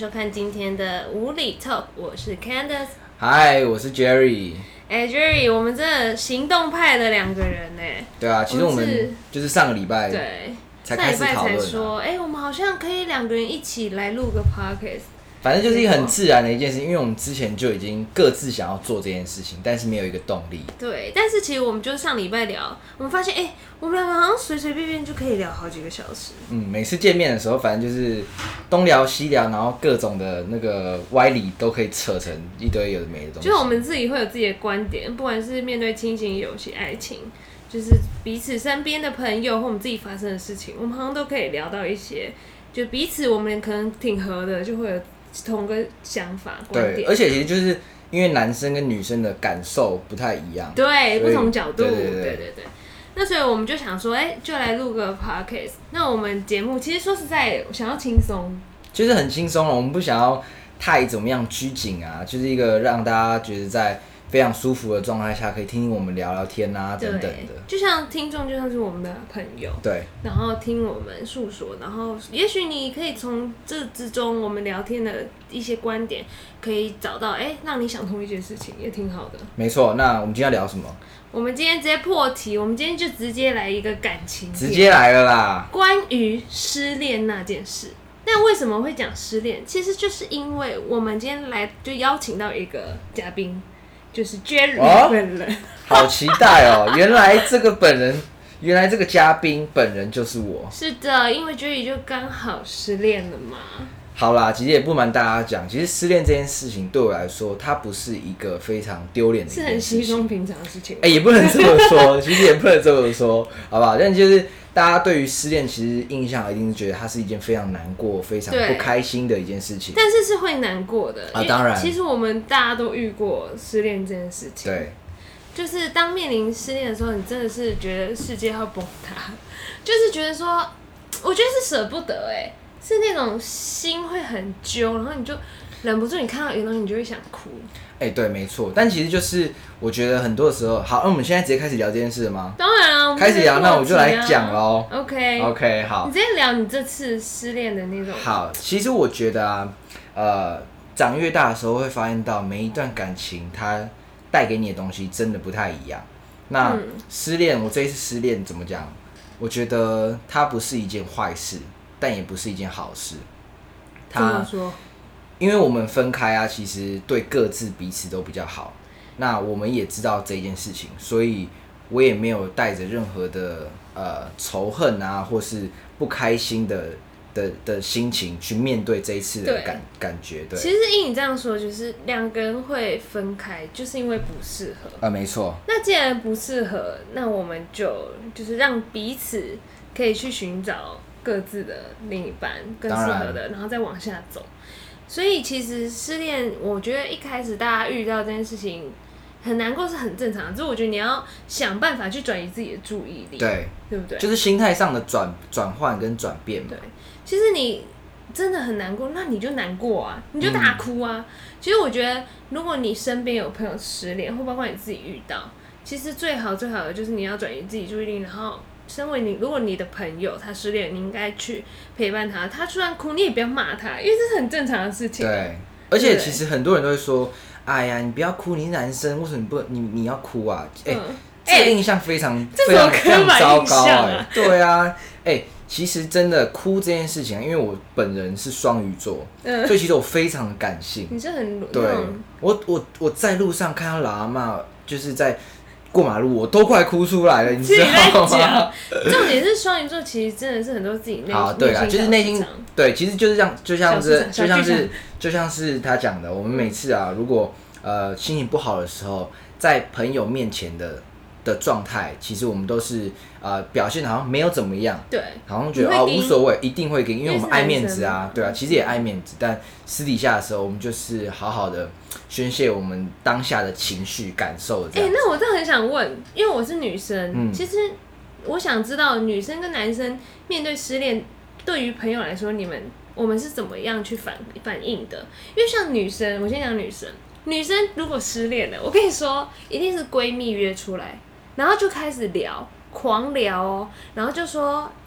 收看今天的无理 Talk， 我是 Candace， 嗨，我是 Jerry。 Jerry， 我们真的行动派的两个人呢。 对啊，其实我们就是上个礼拜对才开始讨论， 说，我们好像可以两个人一起来录个 podcast。 反正就是一个很自然的一件事，因为我们之前就已经各自想要做这件事情，但是没有一个动力。 对，但是其实我们就上礼拜聊，我们发现，我们两个好像随随便便就可以聊好几个小时。 每次见面的时候，反正就是东聊西聊，然后各种的那个歪理都可以扯成一堆有的没的东西。 就是我们自己会有自己的观点，不管是面对亲情、友情、爱情，就是彼此身边的朋友或我们自己发生的事情，我们好像都可以聊到一些，就彼此我们可能挺合的，就会有同个想法观点。 对，而且其实就是因为男生跟女生的感受不太一样， 对，不同角度， 对。 那所以我们就想说，就来录个 podcast。那我们节目其实说实在，我想要轻松， 就是很轻松了。我们不想要太怎么样拘谨啊，就是一个让大家觉得在非常舒服的状态下，可以听听我们聊聊天啊等等的。 就像听众就像是我们的朋友， 对， 然后听我们诉说，然后也许你可以从这之中我们聊天的一些观点，可以找到让你想通一件事情，也挺好的。 没错，那我们今天要聊什么？ 我们今天直接破题，我们今天就直接来一个感情， 直接来了啦！ 关于失恋那件事。那为什么会讲失恋？其实就是因为我们今天来就邀请到一个嘉宾，就是 Jerry 本人。 好期待哦！原来这个嘉宾本人就是我。 是的，因为 Jerry 就刚好失恋了嘛。 好啦，其实也不瞒大家讲，其实失恋这件事情对我来说，它不是一个非常丢脸的一件事情， 是很稀松平常的事情。 也不能这么说，其实也不能这么说，好不好？但就是大家对于失恋，其实印象一定是觉得它是一件非常难过、非常不开心的一件事情。 但是是会难过的啊，当然。 其实我们大家都遇过失恋这件事情。 对。 就是当面临失恋的时候，你真的是觉得世界要崩塌，就是觉得说，我觉得是舍不得是那种心会很揪，然后你就忍不住，你看到一个东西，你就会想哭。 对，没错。但其实就是我觉得很多的时候，好，那我们现在直接开始聊这件事了吗？ 当然了， 开始聊，那我就来讲咯。 OK， 好， 你直接聊你这次失恋的那种。 好，其实我觉得长越大的时候会发现到每一段感情它带给你的东西真的不太一样。那失恋，我这一次失恋怎么讲？我觉得它不是一件坏事，但也不是一件好事。 怎么说？ 因为我们分开啊，其实对各自彼此都比较好。那我们也知道这件事情，所以我也没有带着任何的仇恨啊，或是不开心的心情去面对这一次的感觉。对， 其实依你这样说，就是两个人会分开，就是因为不适合。 没错。 那既然不适合，那我们就是让彼此可以去寻找各自的另一半更适合的，然后再往下走。所以其实失恋，我觉得一开始大家遇到这件事情很难过是很正常的，只是我觉得你要想办法去转移自己的注意力，对不对？ 就是心态上的转换跟转变嘛。 对，其实你真的很难过，那你就难过啊，你就大哭啊。其实我觉得，如果你身边有朋友失恋，或包括你自己遇到，其实最好的就是你要转移自己注意力，然后身为你，如果你的朋友他失恋，你应该去陪伴他。他就算哭，你也不要骂他，因为这是很正常的事情。 对，而且其实很多人都会说：“哎呀，你不要哭，你是男生，为什么你要哭啊？”这个印象非常糟糕对啊，其实真的哭这件事情，因为我本人是双鱼座，所以其实我非常感性。 你是很对，我在路上看到老阿嬷就是在过马路，我都快哭出来了，你知道吗？ 重点是双鱼座，其实真的是很多自己内心。 好，对啦，就是内心，对，其实就是这样，就像是他讲的，我们每次啊，如果心情不好的时候，在朋友面前的状态，其实我们都是表现好像没有怎么样， 对， 好像觉得无所谓，一定会给，因为我们爱面子啊，对啊，其实也爱面子，但私底下的时候，我们就是好好的宣泄我们当下的情绪感受这样。 那我真的很想问，因为我是女生，其实我想知道女生跟男生面对失恋，对于朋友来说，我们是怎么样去反应的？因为像女生，我先讲女生如果失恋了，我跟你说，一定是闺蜜约出来，然后就开始聊，狂聊哦，然后就说，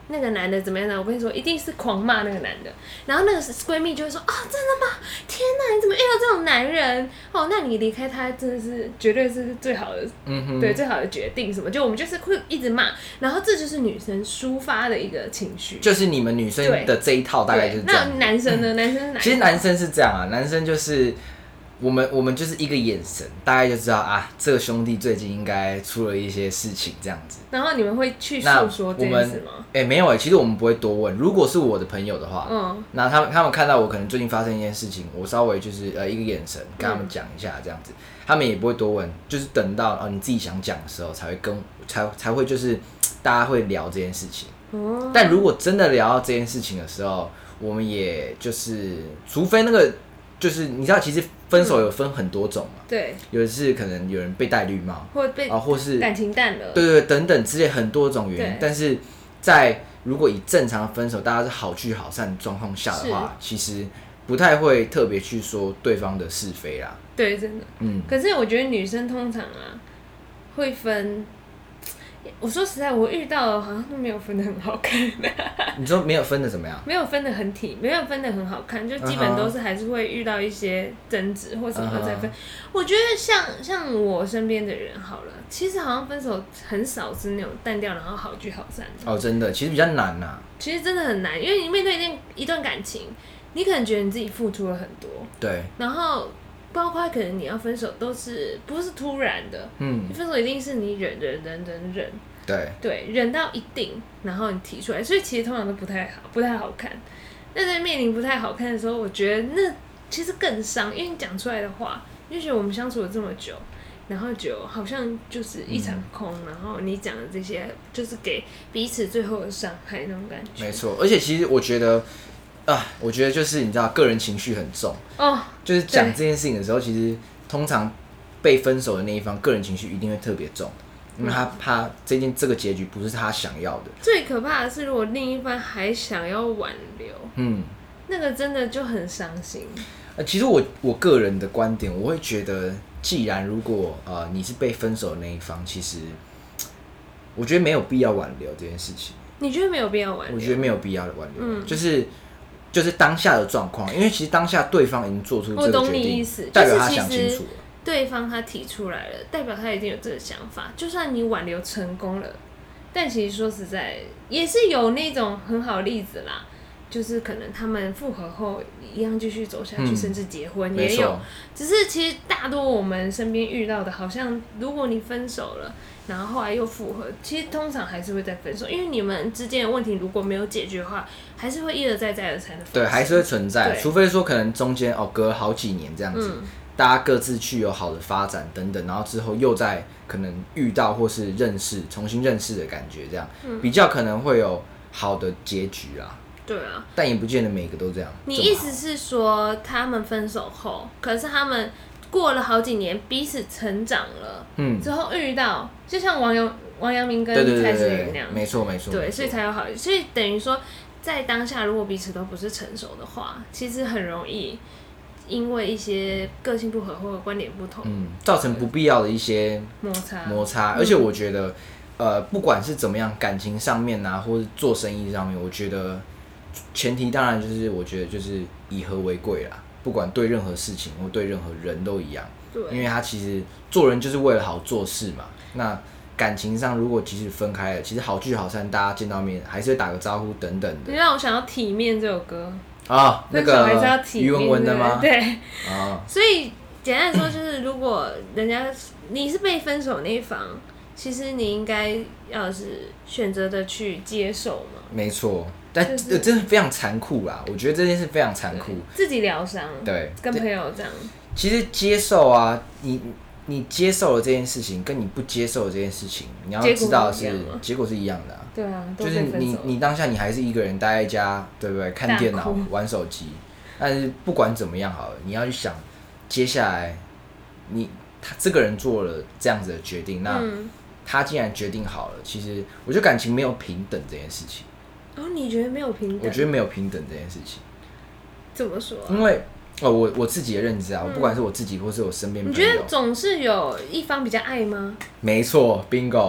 那个男的怎么样呢？我跟你说，一定是狂骂那个男的。然后那个闺蜜就会说：“啊，真的吗？天哪，你怎么遇到这种男人？哦，那你离开他真的是绝对是最好的，对，最好的决定什么？就我们就是会一直骂，然后这就是女生抒发的一个情绪， 就是你们女生的这一套大概就是这样。 那男生呢？男生是哪？ 其实男生是这样啊，男生就是我们就是一个眼神，大概就知道啊，这个兄弟最近应该出了一些事情这样子。 然后你们会去诉说这件事吗？ 没有其实我们不会多问。如果是我的朋友的话，那他们看到我可能最近发生一件事情，我稍微就是一个眼神跟他们讲一下这样子，他们也不会多问，就是等到你自己想讲的时候才会就是大家会聊这件事情。但如果真的聊到这件事情的时候，我们也就是除非那个。就是你知道，其实分手有分很多种嘛， 对， 有的是可能有人被戴绿帽，或是感情淡了， 对等等之类很多种原因。但是在如果以正常分手，大家是好聚好散的状况下的话，其实不太会特别去说对方的是非啦。 对，真的，可是我觉得女生通常会分。我说实在，我遇到的好像都没有分得很好看的。 你说没有分的怎么样？ 没有分得很体，没有分得很好看，就基本都是还是会遇到一些争执或什么再分。我觉得像我身边的人好了，其实好像分手很少是那种淡掉然后好聚好散的。 真的，其实比较难啊。 其实真的很难，因为你面对一段感情，你可能觉得你自己付出了很多， 对， 然后。包括可能你要分手都不是突然的，分手一定是你忍，对，忍到一定，然后你提出来，所以其实通常都不太好看。那在面临不太好看的时候，我觉得那其实更伤，因为你讲出来的话，你就觉得我们相处了这么久，然后就好像就是一场空，然后你讲的这些就是给彼此最后的伤害那种感觉。 没错，而且其实我觉得就是你知道，个人情绪很重就是讲这件事情的时候，其实通常被分手的那一方个人情绪一定会特别重，因为他怕这个结局不是他想要的。 最可怕的是，如果另一方还想要挽留，那个真的就很伤心。 其实我个人的观点，我会觉得，既然如果你是被分手的那一方，其实我觉得没有必要挽留这件事情。 你觉得没有必要挽留？ 我觉得没有必要挽留，就是当下的状况，因为其实当下对方已经做出这个决定，代表他想清楚了。 对方他提出来了，代表他一定有这个想法。就算你挽留成功了，但其实说实在，也是有那种很好的例子啦，就是可能他们复合后一样继续走下去，甚至结婚也有。只是其实大多我们身边遇到的，好像如果你分手了。然后后来又复合，其实通常还是会再分手，因为你们之间的问题如果没有解决的话，还是会一而再再而三的分手。 对，还是会存在，除非说可能中间隔了好几年这样子，大家各自去有好的发展等等，然后之后又再可能遇到或是重新认识的感觉，这样比较可能会有好的结局啦。 对啊， 但也不见得每个都这样。 你意思是说，他们分手后，可是他们过了好几年，彼此成长了，之后遇到，就像王阳明跟蔡诗芸那样， 没错， 对，所以才有好，所以等于说，在当下如果彼此都不是成熟的话，其实很容易因为一些个性不合或者观点不同， 造成不必要的一些摩擦， 而且我觉得，不管是怎么样，感情上面啊，或是做生意上面，我觉得前提当然就是我觉得就是以和为贵啦。不管对任何事情或对任何人都一样，因为他其实做人就是为了好做事嘛。那感情上如果即使分开了，其实好聚好散，大家见到面还是会打个招呼等等的。 你让我想到《体面》这首歌那个于文文的吗？ 对所以简单来说，就是如果你是被分手那一方，其实你应该要是选择的去接受嘛。 没错。但真的非常残酷啦，我觉得这件事非常残酷。 自己疗伤， 对， 跟朋友这样。 其实接受啊，你接受了这件事情，跟你不接受的这件事情，你要知道的是结果是一样的。 对啊， 就是你当下你还是一个人待在家，对不对？看电脑、玩手机。但是不管怎么样好了，你要去想，接下来他这个人做了这样子的决定，那他既然决定好了，其实我觉得感情没有平等这件事情。 你觉得没有平等？ 我觉得没有平等这件事情。 怎么说因为我自己的认知啊，不管是我自己或是我身边朋友， 你觉得总是有一方比较爱吗？ 没错 ，bingo。 为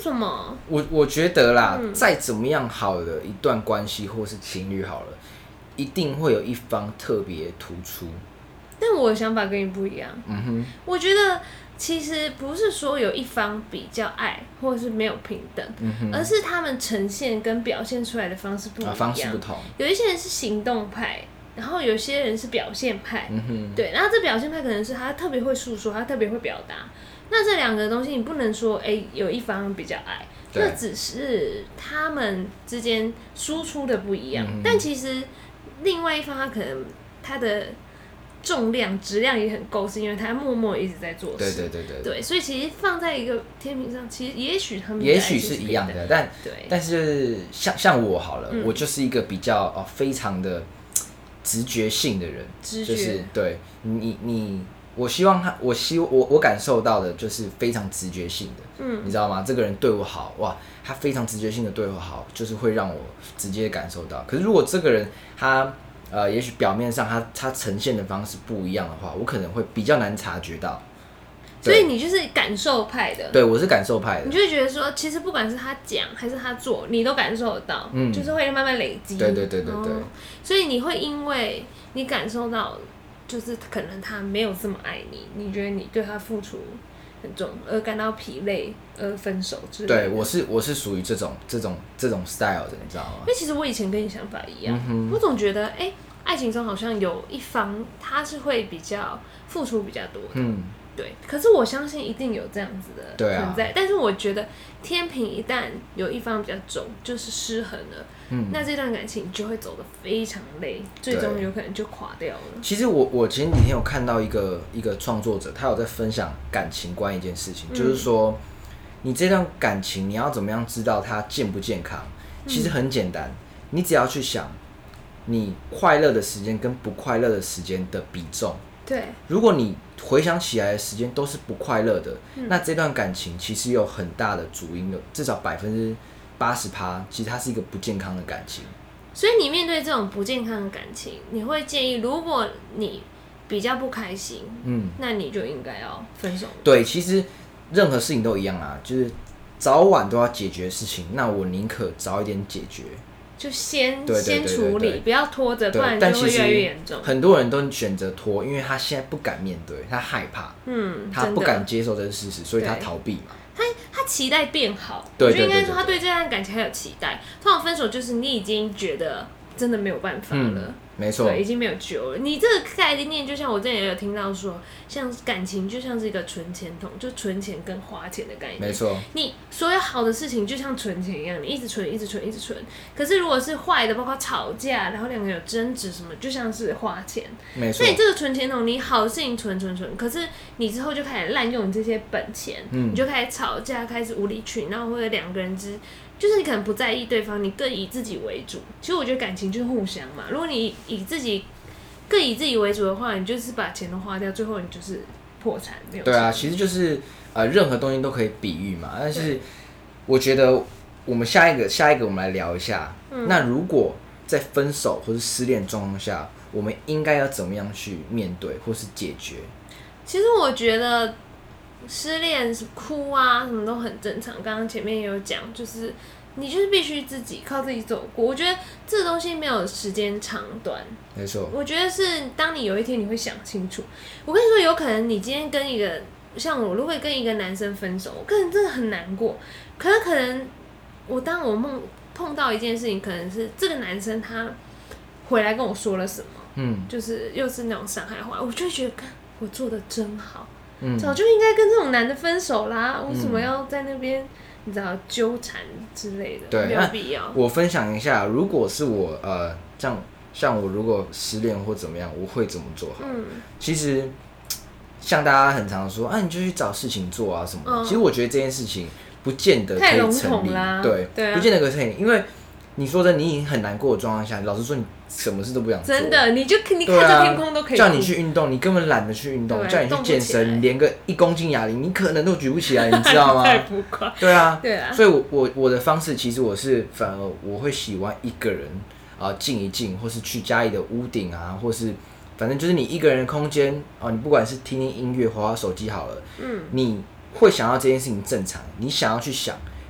什么？ 我觉得啦，再怎么样好的一段关系或是情侣好了，一定会有一方特别突出。 但我的想法跟你不一样。我觉得其实不是说有一方比较爱，或者是没有平等，而是他们呈现跟表现出来的方式不一样， 方式不同。 有一些人是行动派，然后有些人是表现派。对，然后这表现派可能是他特别会诉说，他特别会表达。那这两个东西你不能说，有一方比较爱，这只是他们之间输出的不一样。但其实另外一方他可能他的重量质量也很够，是因为他默默一直在做事。对，所以其实放在一个天平上，其实也许他们也许是一样的，但是像我好了，我就是一个比较非常的直觉性的人，就是对你。我希望我感受到的就是非常直觉性的，你知道吗？这个人对我好，哇，他非常直觉性的对我好，就是会让我直接感受到。可是如果这个人他也许表面上他呈现的方式不一样的话，我可能会比较难察觉到。 所以你就是感受派的。 对，我是感受派的。 你就会觉得说，其实不管是他讲还是他做，你都感受得到，就是会慢慢累积。 对。 所以你会因为你感受到。就是可能他没有这么爱你，你觉得你对他付出很重，而感到疲累而分手之类的。 对，我是属于这种 style 的，你知道吗？ 因为其实我以前跟你想法一样，我总觉得爱情中好像有一方他是会比较付出比较多的。对，可是我相信一定有这样子的存在，但是我觉得天平一旦有一方比较重，就是失衡了，那这段感情就会走得非常累，最终有可能就垮掉了。 其实我前几天有看到一个创作者，他有在分享感情观一件事情，就是说你这段感情你要怎么样知道它健不健康？其实很简单，你只要去想你快乐的时间跟不快乐的时间的比重。 对， 如果你回想起来的时间都是不快乐的，那这段感情其实有很大的主因的，至少80%，其实它是一个不健康的感情。 所以你面对这种不健康的感情，你会建议，如果你比较不开心，那你就应该要分手。 对，其实任何事情都一样啊，就是早晚都要解决的事情，那我宁可早一点解决。 就先处理，不要拖着，不然就会越来越严重。 很多人都选择拖，因为他现在不敢面对，他害怕，他不敢接受这个事实，所以他逃避嘛。 他期待变好，我觉得应该说他对这段感情还有期待。通常分手就是你已经觉得真的没有办法了。 没错， 对，已经没有救了。你这个概念就像我之前也有听到说，像感情就像是一个存钱筒，就存钱跟花钱的概念。 没错， 你所有好的事情就像存钱一样，你一直存，一直存，一直存。可是如果是坏的，包括吵架，然后两个人有争执什么，就像是花钱。 没错。 所以这个存钱筒，你好的事情存，可是你之后就开始滥用你这些本钱，你就开始吵架，开始无理取闹，或者两个人就是你可能不在意对方，你更以自己为主。其实我觉得感情就是互相嘛。如果你更以自己为主的话，你就是把钱都花掉，最后你就是破产，没有钱。 对啊，其实就是任何东西都可以比喻嘛。但是我觉得我们下一个我们来聊一下。那如果在分手或是失恋状况下，我们应该要怎么样去面对或是解决？ 其实我觉得失恋哭啊什么都很正常。刚刚前面也有讲，就是你就是必须靠自己走过。我觉得这个东西没有时间长短， 没错。 我觉得是当你有一天你会想清楚。我跟你说，有可能你今天跟一个像我，如果跟一个男生分手，我可能真的很难过。可能我碰到一件事情，可能是这个男生他回来跟我说了什么，就是又是那种伤害话，我就会觉得，我做的真好。早就应该跟这种男的分手啦，为什么要在那边你知道纠缠之类的？ 对， 没有必要。 我分享一下，如果是我像我如果失恋或怎么样，我会怎么做好？其实像大家很常说你就去找事情做啊什么的。其实我觉得这件事情不见得可以成立，对，不见得可以成立，因为你说的你已经很难过的状况下，老实说你什么事都不想做， 真的，你看着天空都可以。 叫你去运动，你根本懒得去运动；叫你去健身，你连个1公斤哑铃，你可能都举不起来，你知道吗？ 太浮夸。 对啊， 对啊。 所以我的方式其实反而我会喜欢一个人静一静，或是去家里的屋顶啊，或是反正就是你一个人的空间你不管是听音乐、滑手机好了，你会想要这件事情正常，你想要去想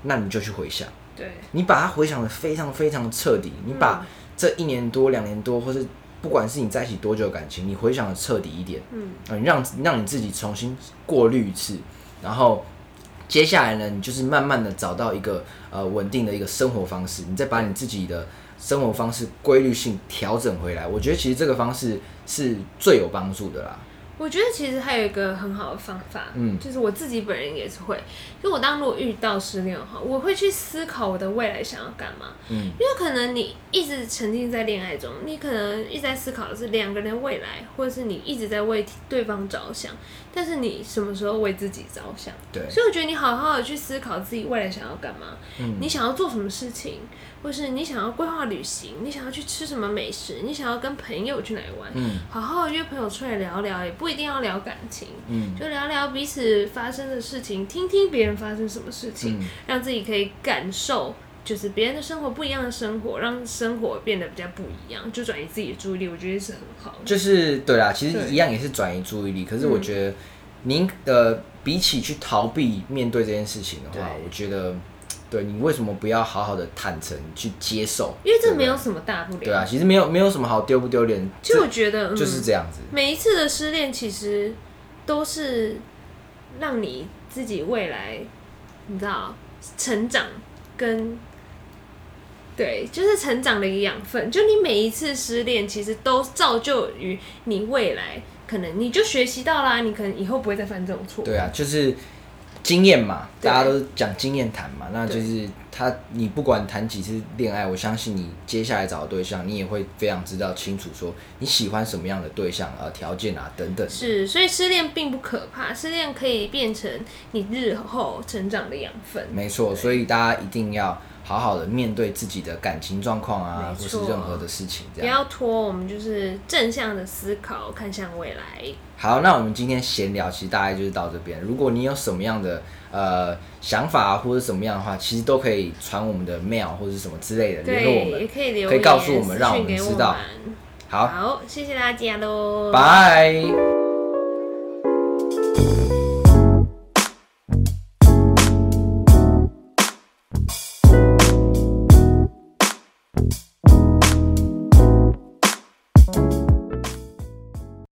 那你就去回想， 对，你把它回想的非常非常彻底，你把这1年多、2年多，或是不管是你在一起多久的感情，你回想的彻底一点，让你自己重新过滤一次，然后接下来呢，你就是慢慢的找到一个稳定的一个生活方式，你再把你自己的生活方式规律性调整回来，我觉得其实这个方式是最有帮助的啦。 我觉得其实还有一个很好的方法，就是我自己本人也是会，就我如果遇到失恋的话，我会去思考我的未来想要干嘛。因为可能你一直沉浸在恋爱中，你可能一直在思考的是2个人的未来，或者是你一直在为对方着想，但是你什么时候为自己着想？对，所以我觉得你好好的去思考自己未来想要干嘛，你想要做什么事情，或是你想要规划旅行，你想要去吃什么美食，你想要跟朋友去哪里玩，好好的约朋友出来聊聊，也不一定要聊感情，就聊聊彼此发生的事情，听听别人发生什么事情，让自己可以感受就是别人的生活不一样的生活，让生活变得比较不一样，就转移自己的注意力，我觉得是很好的。就是对啦，其实一样也是转移注意力，可是我觉得您比起去逃避面对这件事情的话，我觉得对你为什么不要好好的坦诚去接受？ 因为这没有什么大不了。 对啊，其实没有什么好丢不丢脸。 其实我觉得就是这样子。 每一次的失恋其实都是让你自己未来你知道成长跟对，就是成长的一个养分。就你每一次失恋，其实都造就于你未来，可能你就学习到啦，你可能以后不会再犯这种错。 对啊，就是经验嘛，大家都讲经验谈嘛，那就是你不管谈几次恋爱，我相信你接下来找的对象，你也会非常知道清楚说你喜欢什么样的对象条件啊等等。 是，所以失恋并不可怕，失恋可以变成你日后成长的养分。 没错，所以大家一定要好好的面对自己的感情状况啊，或是任何的事情，这样不要拖，我们就是正向的思考，看向未来。 好，那我们今天闲聊其实大概就是到这边。如果你有什么样的想法或者什么样的话，其实都可以传我们的 mail 或者什么之类的联络我们， 也可以留言， 可以告诉我们，让我们知道。 好，谢谢大家喽， 拜。